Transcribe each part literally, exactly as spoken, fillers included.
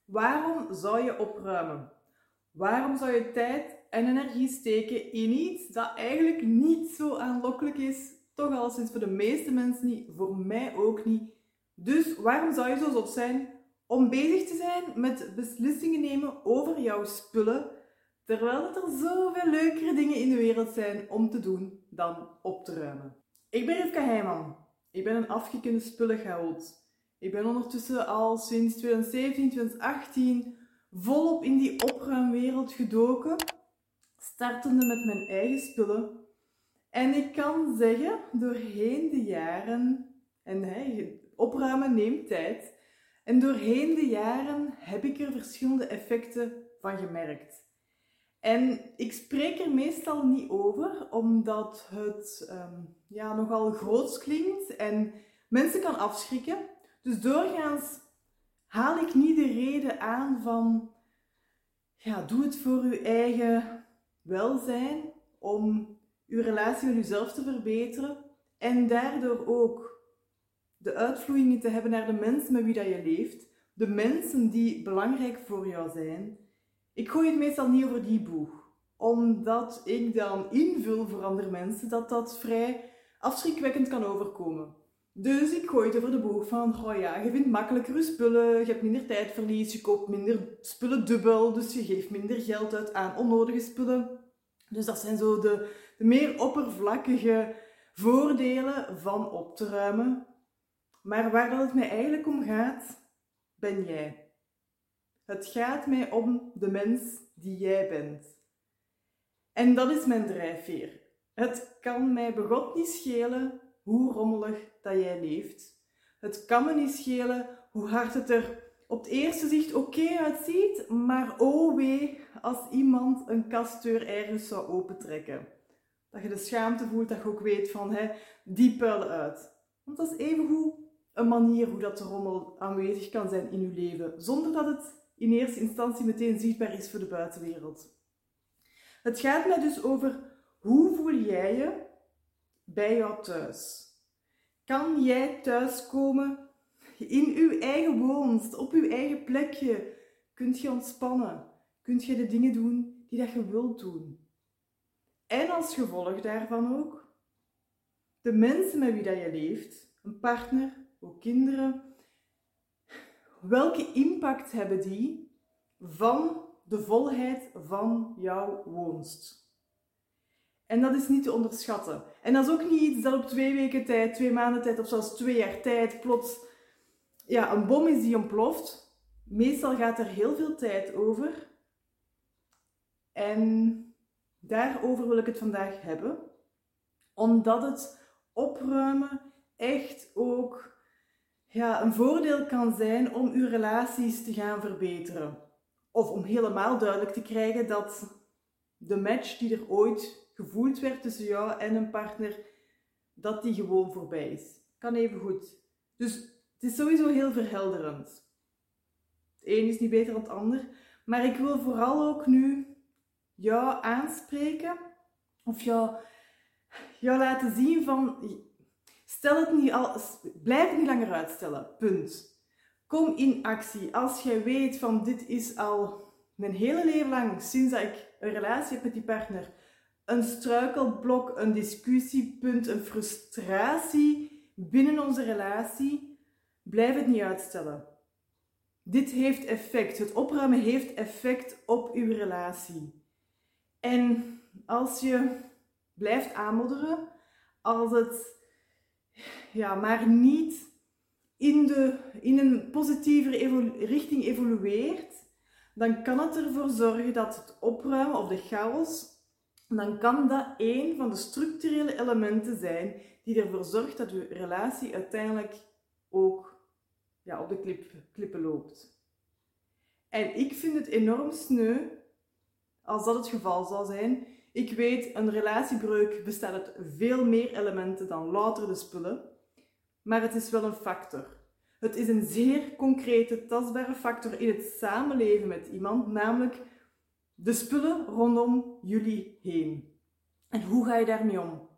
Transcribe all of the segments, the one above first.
Waarom zou je opruimen? Waarom zou je tijd en energie steken in iets dat eigenlijk niet zo aanlokkelijk is? Toch al sinds voor de meeste mensen niet, voor mij ook niet. Dus waarom zou je zo zot zijn om bezig te zijn met beslissingen nemen over jouw spullen, terwijl er zoveel leukere dingen in de wereld zijn om te doen dan op te ruimen? Ik ben Rivka Heijman. Ik ben een afgekende spullenchaot. Ik ben ondertussen al sinds twintig zeventien, twintig achttien volop in die opruimwereld gedoken, startende met mijn eigen spullen. En ik kan zeggen, doorheen de jaren, en hey, opruimen neemt tijd, en doorheen de jaren heb ik er verschillende effecten van gemerkt. En ik spreek er meestal niet over, omdat het um, ja, nogal groots klinkt en mensen kan afschrikken. Dus doorgaans haal ik niet de reden aan van, ja, doe het voor uw eigen welzijn, om uw relatie met uzelf te verbeteren en daardoor ook de uitvloeien te hebben naar de mensen met wie dat je leeft, de mensen die belangrijk voor jou zijn. Ik gooi het meestal niet over die boeg, omdat ik dan invul voor andere mensen dat dat vrij afschrikwekkend kan overkomen. Dus ik gooi het over de boeg van, oh ja, je vindt makkelijker spullen, je hebt minder tijdverlies, je koopt minder spullen dubbel, dus je geeft minder geld uit aan onnodige spullen. Dus dat zijn zo de, de meer oppervlakkige voordelen van op te ruimen. Maar waar dat het mij eigenlijk om gaat, ben jij. Het gaat mij om de mens die jij bent. En dat is mijn drijfveer. Het kan mij begot niet schelen hoe rommelig dat jij leeft. Het kan me niet schelen hoe hard het er op het eerste zicht oké uitziet, maar oh wee, als iemand een kastdeur ergens zou opentrekken. Dat je de schaamte voelt, dat je ook weet van, hè, die puilen uit. Want dat is evengoed een manier hoe dat de rommel aanwezig kan zijn in je leven, zonder dat het in eerste instantie meteen zichtbaar is voor de buitenwereld. Het gaat mij dus over, hoe voel jij je bij jou thuis? Kan jij thuiskomen in uw eigen woonst, op uw eigen plekje? Kunt je ontspannen? Kunt je de dingen doen die dat je wilt doen? En als gevolg daarvan ook, de mensen met wie dat je leeft, een partner, ook kinderen, welke impact hebben die van de volheid van jouw woonst? En dat is niet te onderschatten. En dat is ook niet iets dat op twee weken tijd, twee maanden tijd of zelfs twee jaar tijd plots ja, een bom is die ontploft. Meestal gaat er heel veel tijd over. En daarover wil ik het vandaag hebben. Omdat het opruimen echt ook ja, een voordeel kan zijn om uw relaties te gaan verbeteren. Of om helemaal duidelijk te krijgen dat de match die er ooit gevoeld werd tussen jou en een partner, dat die gewoon voorbij is. Kan even goed. Dus het is sowieso heel verhelderend. Het een is niet beter dan het ander. Maar ik wil vooral ook nu jou aanspreken, of jou, jou laten zien van, stel het niet al, blijf het niet langer uitstellen. Punt. Kom in actie. Als jij weet van, dit is al mijn hele leven lang, sinds dat ik een relatie heb met die partner, een struikelblok, een discussiepunt, een frustratie binnen onze relatie, blijf het niet uitstellen. Dit heeft effect. Het opruimen heeft effect op uw relatie. En als je blijft aanmodderen, als het ja, maar niet in, de, in een positievere evolu- richting evolueert, dan kan het ervoor zorgen dat het opruimen of de chaos, dan kan dat één van de structurele elementen zijn die ervoor zorgt dat uw relatie uiteindelijk ook ja, op de klip, klippen loopt. En ik vind het enorm sneu als dat het geval zal zijn. Ik weet, een relatiebreuk bestaat uit veel meer elementen dan louter de spullen, maar het is wel een factor. Het is een zeer concrete, tastbare factor in het samenleven met iemand, namelijk de spullen rondom jullie heen. En hoe ga je daarmee om?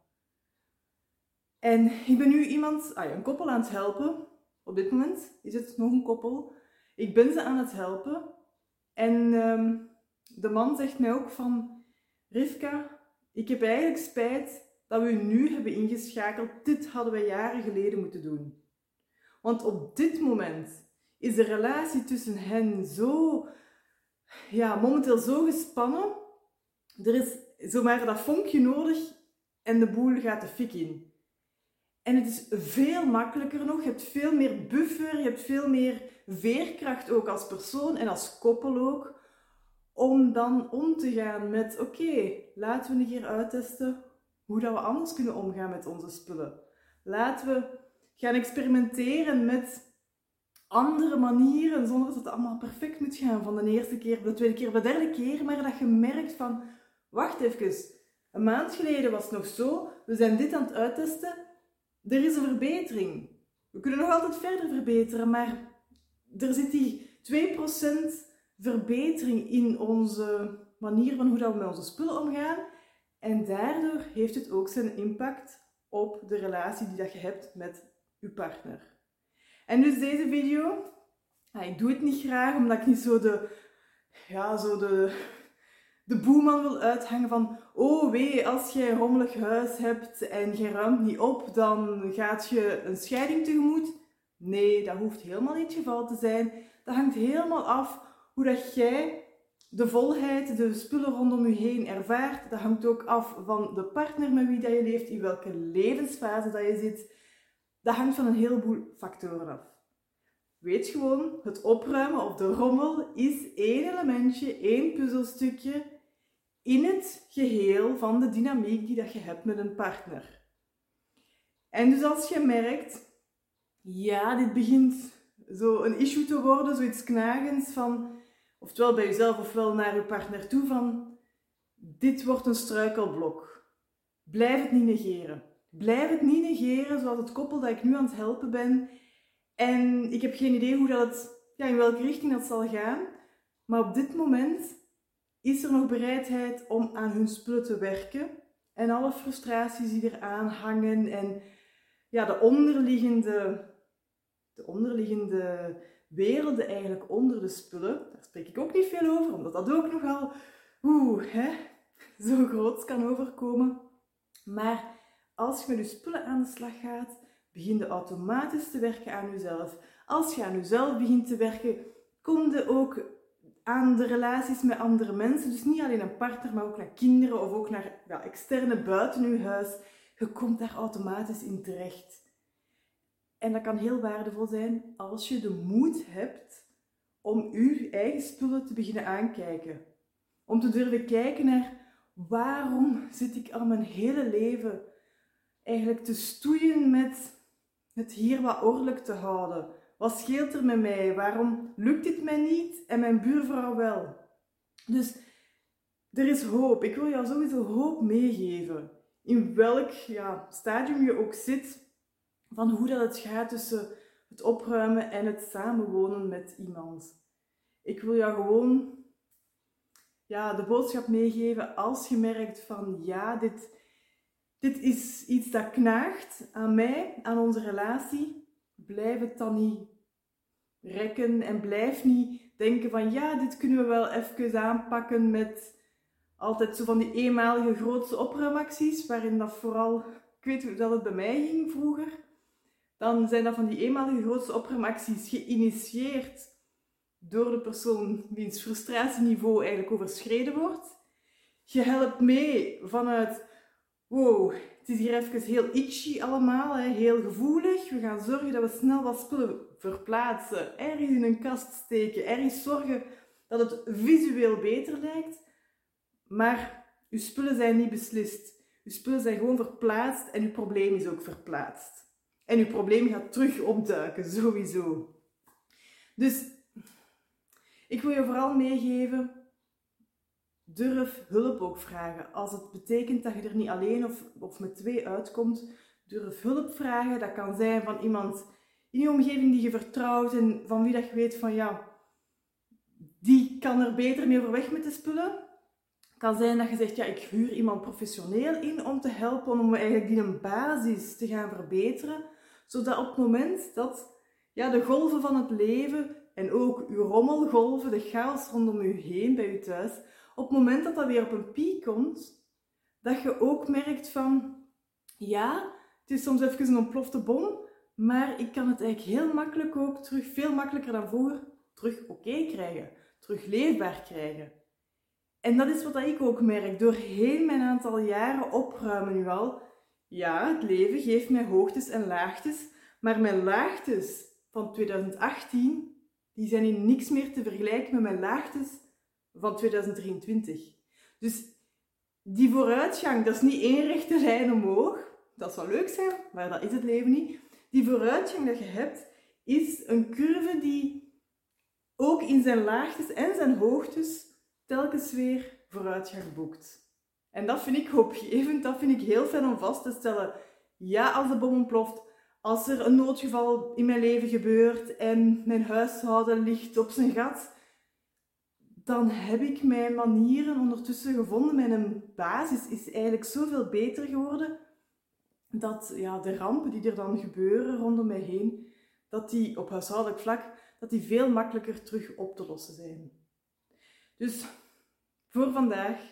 En ik ben nu iemand, ah ja, een koppel aan het helpen. Op dit moment is het nog een koppel. Ik ben ze aan het helpen. En um, de man zegt mij ook van... Rivka, ik heb eigenlijk spijt dat we u nu hebben ingeschakeld. Dit hadden we jaren geleden moeten doen. Want op dit moment is de relatie tussen hen zo... Ja, momenteel zo gespannen. Er is zomaar dat vonkje nodig en de boel gaat de fik in. En het is veel makkelijker nog. Je hebt veel meer buffer, je hebt veel meer veerkracht ook als persoon en als koppel ook. Om dan om te gaan met, oké, okay, laten we een keer uittesten hoe dat we anders kunnen omgaan met onze spullen. Laten we gaan experimenteren met andere manieren, zonder dat het allemaal perfect moet gaan. Van de eerste keer, de tweede keer, de derde keer. Maar dat je merkt van, wacht even, een maand geleden was het nog zo. We zijn dit aan het uittesten. Er is een verbetering. We kunnen nog altijd verder verbeteren, maar er zit die twee procent verbetering in onze manier van hoe dat we met onze spullen omgaan. En daardoor heeft het ook zijn impact op de relatie die dat je hebt met je partner. En dus deze video, ja, ik doe het niet graag omdat ik niet zo de, ja, zo de, de boeman wil uithangen van oh wee, als jij een rommelig huis hebt en je ruimt niet op, dan gaat je een scheiding tegemoet. Nee, dat hoeft helemaal niet het geval te zijn. Dat hangt helemaal af hoe dat jij de volheid, de spullen rondom je heen ervaart. Dat hangt ook af van de partner met wie dat je leeft, in welke levensfase dat je zit. Dat hangt van een heleboel factoren af. Weet gewoon, het opruimen of de rommel is één elementje, één puzzelstukje in het geheel van de dynamiek die dat je hebt met een partner. En dus als je merkt, ja, dit begint zo een issue te worden, zoiets knagends van, oftewel bij jezelf ofwel naar je partner toe van, dit wordt een struikelblok. Blijf het niet negeren. Blijf het niet negeren, zoals het koppel dat ik nu aan het helpen ben. En ik heb geen idee hoe dat het, ja, in welke richting dat zal gaan. Maar op dit moment is er nog bereidheid om aan hun spullen te werken. En alle frustraties die eraan hangen. En ja, de onderliggende, de onderliggende werelden eigenlijk onder de spullen. Daar spreek ik ook niet veel over, omdat dat ook nogal oeh, hè, zo groot kan overkomen. Maar als je met je spullen aan de slag gaat, begin je automatisch te werken aan jezelf. Als je aan jezelf begint te werken, kom je ook aan de relaties met andere mensen. Dus niet alleen een partner, maar ook naar kinderen of ook naar ja, externe buiten je huis. Je komt daar automatisch in terecht. En dat kan heel waardevol zijn als je de moed hebt om je eigen spullen te beginnen aankijken. Om te durven kijken naar waarom zit ik al mijn hele leven eigenlijk te stoeien met het hier wat ordelijk te houden. Wat scheelt er met mij? Waarom lukt dit mij niet en mijn buurvrouw wel? Dus er is hoop. Ik wil jou sowieso hoop meegeven. In welk ja, stadium je ook zit, van hoe dat het gaat tussen het opruimen en het samenwonen met iemand. Ik wil jou gewoon ja, de boodschap meegeven als je merkt van ja, dit... Dit is iets dat knaagt aan mij, aan onze relatie. Blijf het dan niet rekken en blijf niet denken van ja, dit kunnen we wel even aanpakken met altijd zo van die eenmalige grootste opruimacties, waarin dat vooral, ik weet hoe dat het bij mij ging vroeger, dan zijn dat van die eenmalige grootste opruimacties geïnitieerd door de persoon wiens frustratieniveau eigenlijk overschreden wordt. Je helpt mee vanuit wow, het is hier even heel itchy allemaal, hè, heel gevoelig. We gaan zorgen dat we snel wat spullen verplaatsen, ergens in een kast steken, ergens zorgen dat het visueel beter lijkt. Maar uw spullen zijn niet beslist. Uw spullen zijn gewoon verplaatst en uw probleem is ook verplaatst. En uw probleem gaat terug opduiken, sowieso. Dus ik wil je vooral meegeven, durf hulp ook vragen. Als het betekent dat je er niet alleen of, of met twee uitkomt, durf hulp vragen. Dat kan zijn van iemand in je omgeving die je vertrouwt en van wie dat je weet van ja, die kan er beter mee overweg met de spullen. Het kan zijn dat je zegt, ja, ik huur iemand professioneel in om te helpen, om eigenlijk die een basis te gaan verbeteren, zodat op het moment dat ja, de golven van het leven en ook uw rommelgolven, de chaos rondom u heen bij u thuis, op het moment dat dat weer op een piek komt, dat je ook merkt van, ja, het is soms even een ontplofte bom, maar ik kan het eigenlijk heel makkelijk ook terug, veel makkelijker dan vroeger, terug oké krijgen, terug leefbaar krijgen. En dat is wat ik ook merk, doorheen mijn aantal jaren opruimen nu al. Ja, het leven geeft mij hoogtes en laagtes, maar mijn laagtes van twintig achttien, die zijn in niks meer te vergelijken met mijn laagtes van twintig drieëntwintig. Dus die vooruitgang, dat is niet één rechte lijn omhoog. Dat zou leuk zijn, maar dat is het leven niet. Die vooruitgang dat je hebt, is een curve die ook in zijn laagtes en zijn hoogtes telkens weer vooruitgang boekt. En dat vind ik hoopgevend, dat vind ik heel fijn om vast te stellen. Ja, als de bom ontploft, als er een noodgeval in mijn leven gebeurt en mijn huishouden ligt op zijn gat, dan heb ik mijn manieren ondertussen gevonden. Mijn basis is eigenlijk zoveel beter geworden dat ja, de rampen die er dan gebeuren rondom mij heen, dat die op huishoudelijk vlak, dat die veel makkelijker terug op te lossen zijn. Dus voor vandaag,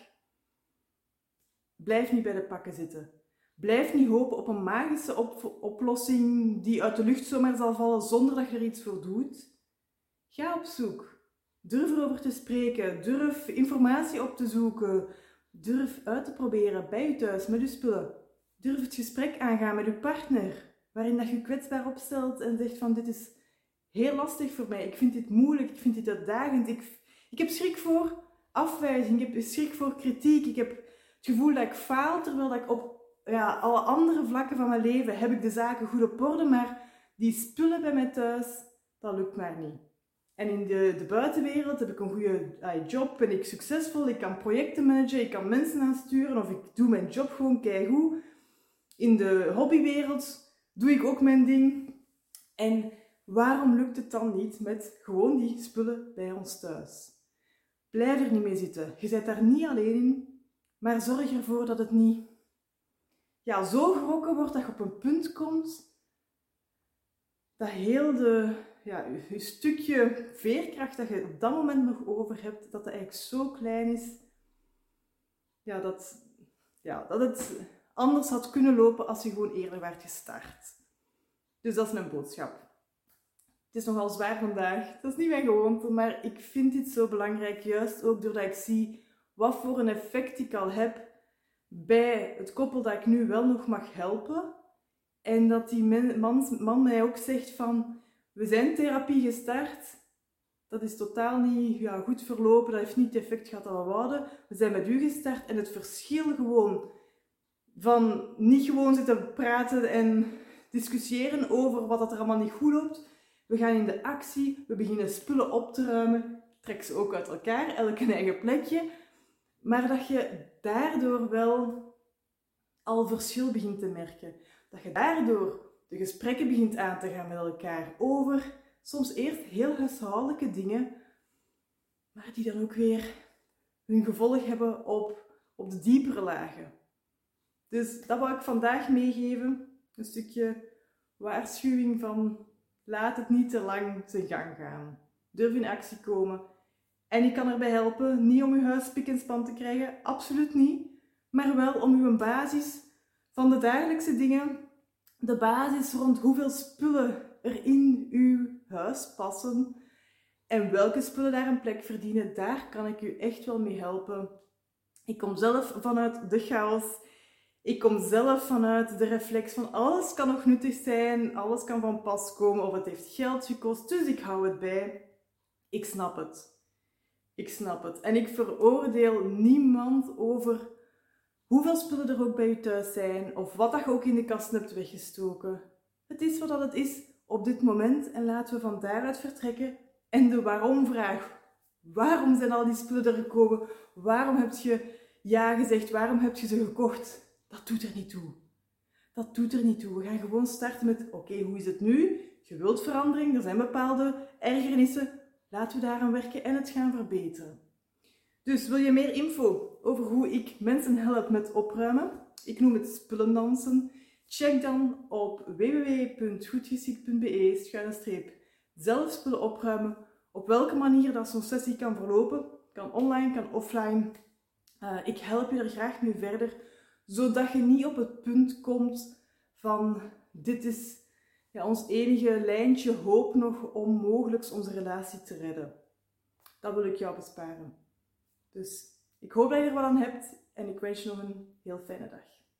blijf niet bij de pakken zitten. Blijf niet hopen op een magische op- oplossing die uit de lucht zomaar zal vallen zonder dat je er iets voor doet. Ga op zoek. Durf erover te spreken. Durf informatie op te zoeken. Durf uit te proberen bij je thuis, met je spullen. Durf het gesprek aangaan met je partner, waarin dat je je kwetsbaar opstelt en zegt van dit is heel lastig voor mij. Ik vind dit moeilijk, ik vind dit uitdagend. Ik, ik heb schrik voor afwijzing, ik heb schrik voor kritiek. Ik heb het gevoel dat ik faal, terwijl dat ik op ja, alle andere vlakken van mijn leven heb ik de zaken goed op orde, maar die spullen bij mij thuis, dat lukt mij niet. En in de, de buitenwereld heb ik een goede uh, job, ben ik succesvol, ik kan projecten managen, ik kan mensen aansturen of ik doe mijn job gewoon keigoed. In de hobbywereld doe ik ook mijn ding. En waarom lukt het dan niet met gewoon die spullen bij ons thuis? Blijf er niet mee zitten. Je bent daar niet alleen in, maar zorg ervoor dat het niet ja, zo gerokken wordt dat je op een punt komt dat heel de, ja, je, je stukje veerkracht dat je op dat moment nog over hebt, dat het eigenlijk zo klein is ja, dat, ja, dat het anders had kunnen lopen als je gewoon eerder werd gestart. Dus dat is mijn boodschap. Het is nogal zwaar vandaag, dat is niet mijn gewoonte, maar ik vind dit zo belangrijk, juist ook doordat ik zie wat voor een effect ik al heb bij het koppel dat ik nu wel nog mag helpen. En dat die man, man mij ook zegt van, we zijn therapie gestart, dat is totaal niet ja, goed verlopen, dat heeft niet het effect gehad dat we wouden. We zijn met u gestart en het verschil gewoon van niet gewoon zitten praten en discussiëren over wat dat er allemaal niet goed loopt. We gaan in de actie, we beginnen spullen op te ruimen, trek ze ook uit elkaar, elk een eigen plekje. Maar dat je daardoor wel al verschil begint te merken. Dat je daardoor de gesprekken begint aan te gaan met elkaar over soms eerst heel huishoudelijke dingen, maar die dan ook weer hun gevolg hebben op, op de diepere lagen. Dus dat wil ik vandaag meegeven. Een stukje waarschuwing van laat het niet te lang zijn gang gaan. Durf in actie komen. En ik kan erbij helpen, niet om uw huis spik en span te krijgen, absoluut niet. Maar wel om u een basis van de dagelijkse dingen, de basis rond hoeveel spullen er in uw huis passen en welke spullen daar een plek verdienen, daar kan ik u echt wel mee helpen. Ik kom zelf vanuit de chaos. Ik kom zelf vanuit de reflex van alles kan nog nuttig zijn, alles kan van pas komen of het heeft geld gekost, dus ik hou het bij. Ik snap het. Ik snap het. En ik veroordeel niemand over hoeveel spullen er ook bij je thuis zijn of wat dat je ook in de kast hebt weggestoken. Het is wat het is op dit moment en laten we van daaruit vertrekken. En de waarom-vraag. Waarom zijn al die spullen er gekomen? Waarom heb je ja gezegd? Waarom heb je ze gekocht? Dat doet er niet toe. Dat doet er niet toe. We gaan gewoon starten met, oké, okay, hoe is het nu? Je wilt verandering, er zijn bepaalde ergernissen. Laten we daaraan werken en het gaan verbeteren. Dus wil je meer info over hoe ik mensen help met opruimen? Ik noem het spullendansen. Check dan op w w w punt goedgeschikt punt b e schuine streep zelf spullen opruimen op welke manier dat zo'n sessie kan verlopen. Kan online, kan offline. Uh, ik help je er graag mee verder, zodat je niet op het punt komt van dit is ja, ons enige lijntje hoop nog om mogelijk onze relatie te redden. Dat wil ik jou besparen. Dus ik hoop dat je er wat aan hebt en ik wens je nog een heel fijne dag.